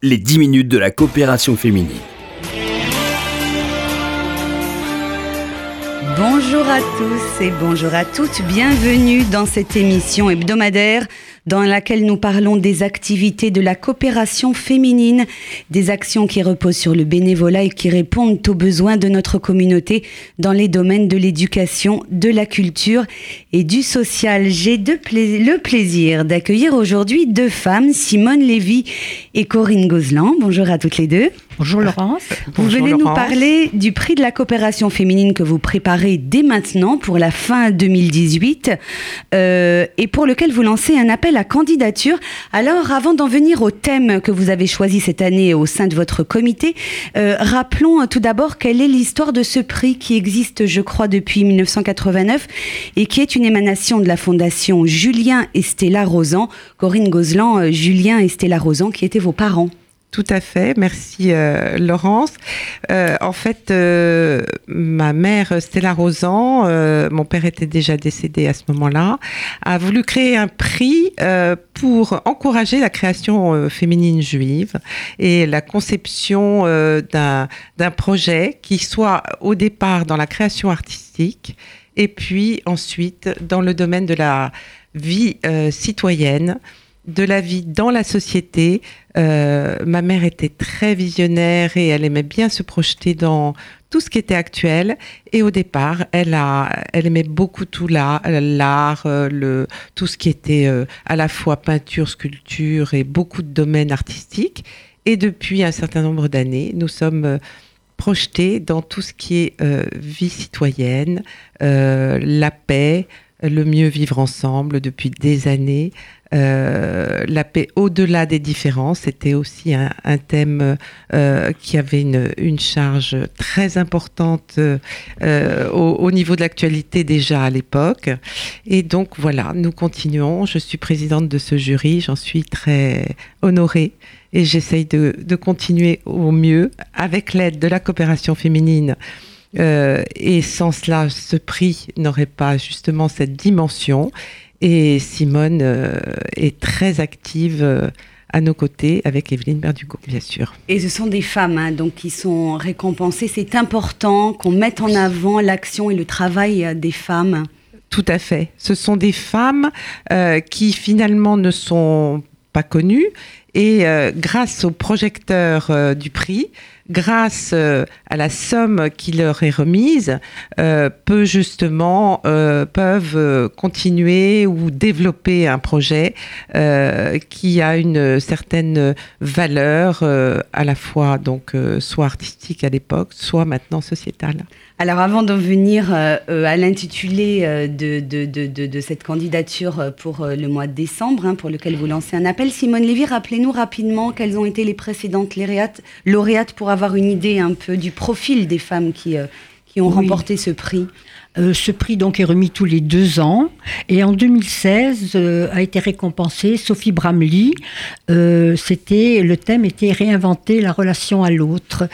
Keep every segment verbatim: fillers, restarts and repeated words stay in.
les dix minutes de la coopération féminine. Bonjour à tous et bonjour à toutes, bienvenue dans cette émission hebdomadaire dans laquelle nous parlons des activités de la coopération féminine, des actions qui reposent sur le bénévolat et qui répondent aux besoins de notre communauté dans les domaines de l'éducation, de la culture et du social. J'ai de pla- le plaisir d'accueillir aujourd'hui deux femmes, Simone Lévy et Corinne Gozlan. Bonjour à toutes les deux. Bonjour Laurence. Vous Bonjour venez Laurence. nous parler du prix de la coopération féminine que vous préparez dès maintenant pour la fin deux mille dix-huit euh, et pour lequel vous lancez un appel à candidature. Alors, avant d'en venir au thème que vous avez choisi cette année au sein de votre comité, euh, rappelons tout d'abord quelle est l'histoire de ce prix qui existe, je crois, depuis dix-neuf cent quatre-vingt-neuf et qui est une émanation de la fondation Julien et Stella Rozan. Corinne Gozlan, euh, Julien et Stella Rozan, qui étaient vos parents. Tout à fait, merci euh, Laurence. Euh, en fait, euh, ma mère Stella Rozan, euh, mon père était déjà décédé à ce moment-là, a voulu créer un prix euh, pour encourager la création euh, féminine juive et la conception euh, d'un, d'un projet qui soit au départ dans la création artistique et puis ensuite dans le domaine de la vie euh, citoyenne, de la vie dans la société. Euh, ma mère était très visionnaire et elle aimait bien se projeter dans tout ce qui était actuel. Et au départ, elle a, elle aimait beaucoup tout l'art, l'art euh, le, tout ce qui était euh, à la fois peinture, sculpture et beaucoup de domaines artistiques. Et depuis un certain nombre d'années, nous sommes euh, projetés dans tout ce qui est euh, vie citoyenne, euh, la paix, le mieux vivre ensemble depuis des années. Euh, la paix au-delà des différences, c'était aussi un, un thème euh, qui avait une, une charge très importante euh, au, au niveau de l'actualité déjà à l'époque. Et donc voilà, nous continuons. Je suis présidente de ce jury, j'en suis très honorée et j'essaye de, de continuer au mieux avec l'aide de la coopération féminine. Euh, et sans cela, ce prix n'aurait pas justement cette dimension. Et Simone euh, est très active euh, à nos côtés avec Evelyne Berdugo, bien sûr. Et ce sont des femmes hein, donc, qui sont récompensées. C'est important qu'on mette en avant l'action et le travail des femmes. Tout à fait. Ce sont des femmes euh, qui finalement ne sont pas connues. Et euh, grâce au projecteur euh, du prix, grâce euh, à la somme qui leur est remise, euh, peut justement, euh, peuvent euh, continuer ou développer un projet euh, qui a une certaine valeur euh, à la fois donc euh, soit artistique à l'époque, soit maintenant sociétale. Alors avant d'en venir euh, à l'intitulé euh, de, de, de, de, de cette candidature pour euh, le mois de décembre, hein, pour lequel vous lancez un appel, Simone Lévy, rappelez-nous rapidement quelles ont été les précédentes lauréates, lauréates pour avoir une idée un peu du profil des femmes qui, euh, qui ont oui. remporté ce prix. Euh, ce prix donc est remis tous les deux ans et en deux mille seize euh, a été récompensée Sophie Bramley. Euh, c'était le thème était réinventer la relation à l'autre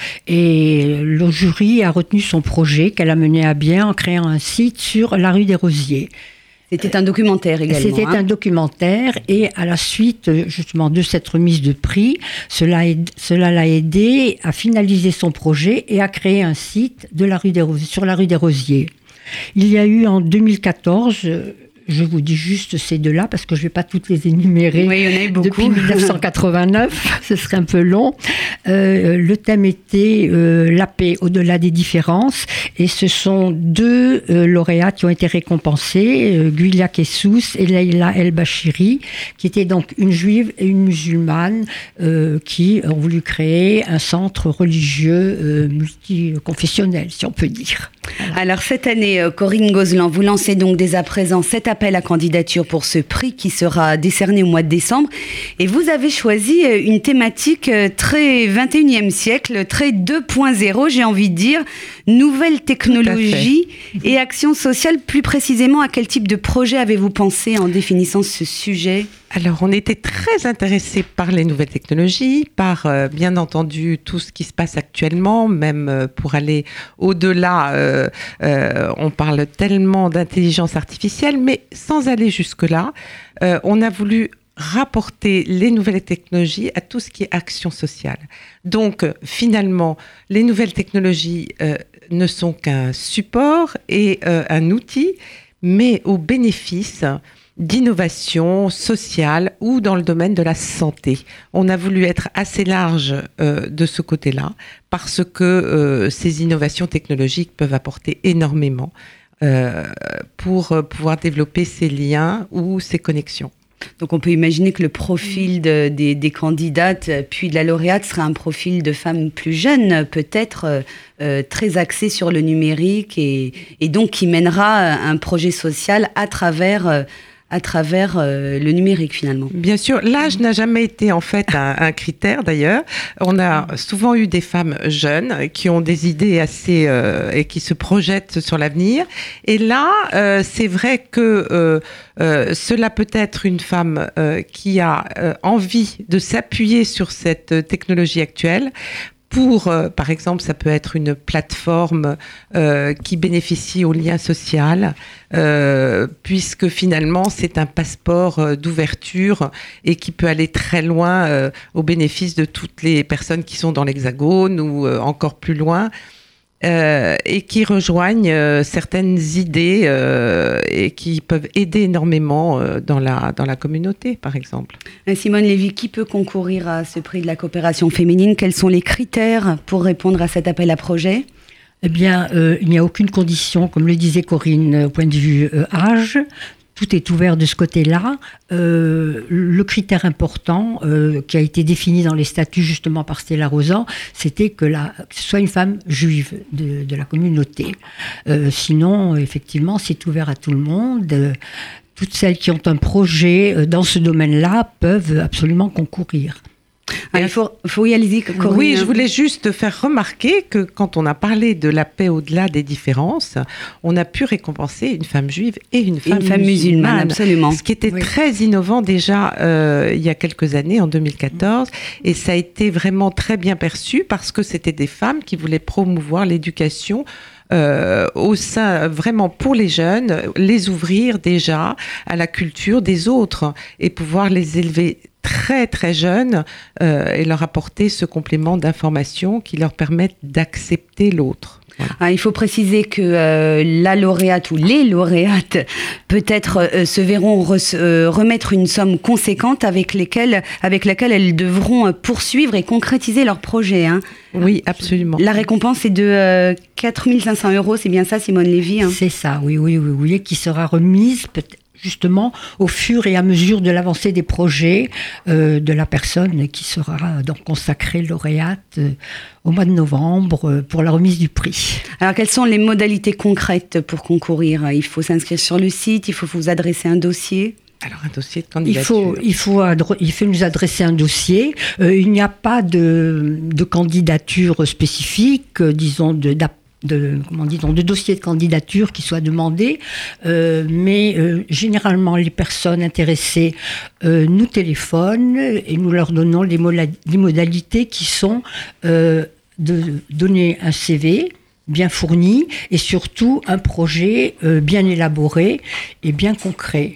et le jury a retenu son projet qu'elle a mené à bien en créant un site sur la rue des Rosiers. C'était un documentaire également. C'était hein. un documentaire et à la suite justement de cette remise de prix, cela, aide, cela l'a aidé à finaliser son projet et à créer un site de la rue des Rosiers, sur la rue des Rosiers. Il y a eu en deux mille quatorze, je vous dis juste ces deux-là parce que je ne vais pas toutes les énumérer. Oui, il y en a eu beaucoup. Depuis dix-neuf cent quatre-vingt-neuf, ce serait un peu long. Euh, le thème était euh, la paix au-delà des différences et ce sont deux euh, lauréats qui ont été récompensés, euh, Gwilia Kessous et Leila El-Bachiri, qui étaient donc une juive et une musulmane euh, qui ont voulu créer un centre religieux euh, multiconfessionnel, si on peut dire. Voilà. Alors cette année, Corinne Gozlan, vous lancez donc dès à présent cet appel à candidature pour ce prix qui sera décerné au mois de décembre. Et vous avez choisi une thématique très vingt et unième siècle, très deux point zéro, j'ai envie de dire, nouvelles technologies et actions sociales. Plus précisément, à quel type de projet avez-vous pensé en définissant ce sujet ? Alors, on était très intéressés par les nouvelles technologies, par euh, bien entendu tout ce qui se passe actuellement, même euh, pour aller au-delà, euh, euh, on parle tellement d'intelligence artificielle, mais sans aller jusque-là, euh, on a voulu rapporter les nouvelles technologies à tout ce qui est action sociale. Donc, finalement, les nouvelles technologies euh, ne sont qu'un support et euh, un outil, mais au bénéfice d'innovation sociale ou dans le domaine de la santé. On a voulu être assez large euh, de ce côté-là parce que euh, ces innovations technologiques peuvent apporter énormément euh, pour euh, pouvoir développer ces liens ou ces connexions. Donc on peut imaginer que le profil de, des, des candidates puis de la lauréate sera un profil de femmes plus jeunes, peut-être euh, très axé sur le numérique et, et donc qui mènera un projet social à travers... Euh, à travers euh, le numérique finalement. Bien sûr, l'âge n'a jamais été en fait un, un critère d'ailleurs. On a souvent eu des femmes jeunes qui ont des idées assez euh, et qui se projettent sur l'avenir. Et là, euh, c'est vrai que euh, euh, cela peut être une femme euh, qui a euh, envie de s'appuyer sur cette technologie actuelle. Pour, euh, par exemple, ça peut être une plateforme euh, qui bénéficie au lien social, euh, puisque finalement, c'est un passeport euh, d'ouverture et qui peut aller très loin euh, au bénéfice de toutes les personnes qui sont dans l'Hexagone ou euh, encore plus loin. Euh, et qui rejoignent euh, certaines idées euh, et qui peuvent aider énormément euh, dans la, dans la communauté, par exemple. Simone Lévy, qui peut concourir à ce prix de la coopération féminine ? Quels sont les critères pour répondre à cet appel à projet ? Eh bien, euh, il n'y a aucune condition, comme le disait Corinne, au point de vue euh, âge. Tout est ouvert de ce côté-là. Euh, le critère important euh, qui a été défini dans les statuts justement par Stella Rosan, c'était que, la, que ce soit une femme juive de, de la communauté. Euh, sinon, effectivement, c'est ouvert à tout le monde. Euh, toutes celles qui ont un projet euh, dans ce domaine-là peuvent absolument concourir. Ah, il faut, faut y aller, Corinne. Oui, je voulais juste faire remarquer que quand on a parlé de la paix au-delà des différences, on a pu récompenser une femme juive et une femme, une femme musulmane, musulmane, absolument. Ce qui était oui. très innovant déjà euh, il y a quelques années, en deux mille quatorze, et ça a été vraiment très bien perçu parce que c'était des femmes qui voulaient promouvoir l'éducation Euh, au sein, vraiment pour les jeunes, les ouvrir déjà à la culture des autres et pouvoir les élever très très jeunes euh, et leur apporter ce complément d'information qui leur permettent d'accepter l'autre. Voilà. Ah, il faut préciser que euh, la lauréate ou les lauréates peut-être euh, se verront re- euh, remettre une somme conséquente avec, lesquelles, avec laquelle elles devront poursuivre et concrétiser leur projet. Hein. Oui, absolument. La récompense est de euh, quatre mille cinq cents euros, c'est bien ça, Simone Lévy, hein. C'est ça, oui, oui, oui, oui, qui sera remise peut-être justement au fur et à mesure de l'avancée des projets euh, de la personne qui sera donc consacrée lauréate euh, au mois de novembre euh, pour la remise du prix. Alors, quelles sont les modalités concrètes pour concourir ? Il faut s'inscrire sur le site, il faut vous adresser un dossier ? Alors, un dossier de candidature. Il faut, il faut, adre- il faut nous adresser un dossier. Euh, il n'y a pas de, de candidature spécifique, euh, disons, de, d'app- de, comment dit-on, de dossier de candidature qui soit demandé, euh, mais euh, généralement les personnes intéressées euh, nous téléphonent et nous leur donnons les, mola- les modalités qui sont euh, de donner un C V bien fourni et surtout un projet euh, bien élaboré et bien concret.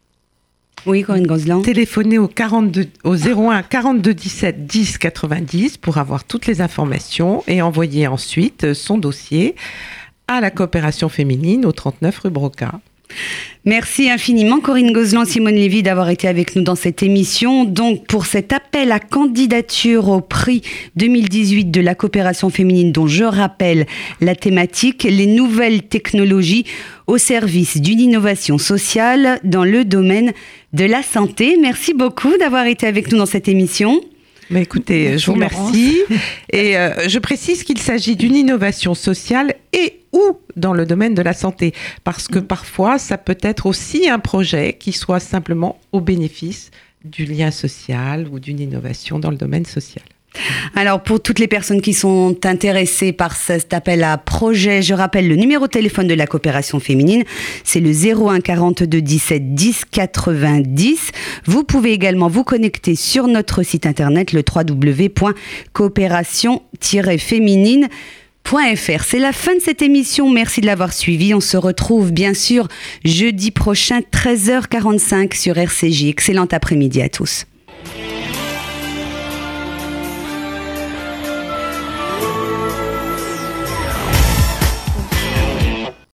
Oui, Corinne Gozlan. Téléphonez au, quarante-deux, au zéro un quarante-deux dix-sept dix quatre-vingt-dix pour avoir toutes les informations et envoyer ensuite son dossier à la coopération féminine au trente-neuf rue Broca. Merci infiniment Corinne Gozlan, Simone Lévy d'avoir été avec nous dans cette émission. Donc pour cet appel à candidature au prix deux mille dix-huit de la coopération féminine dont je rappelle la thématique, les nouvelles technologies au service d'une innovation sociale dans le domaine de la santé. Merci beaucoup d'avoir été avec nous dans cette émission. Mais écoutez, merci, je vous remercie. Et euh, je précise qu'il s'agit d'une innovation sociale et ou dans le domaine de la santé. Parce que parfois, ça peut être aussi un projet qui soit simplement au bénéfice du lien social ou d'une innovation dans le domaine social. Alors, pour toutes les personnes qui sont intéressées par cet appel à projet, je rappelle le numéro de téléphone de la coopération féminine, c'est le zéro un quarante-deux dix-sept dix quatre-vingt-dix. Vous pouvez également vous connecter sur notre site internet, le w w w point coopération tiret féminine point f r. C'est la fin de cette émission. Merci de l'avoir suivi. On se retrouve bien sûr jeudi prochain, treize heures quarante-cinq sur R C J. Excellent après-midi à tous.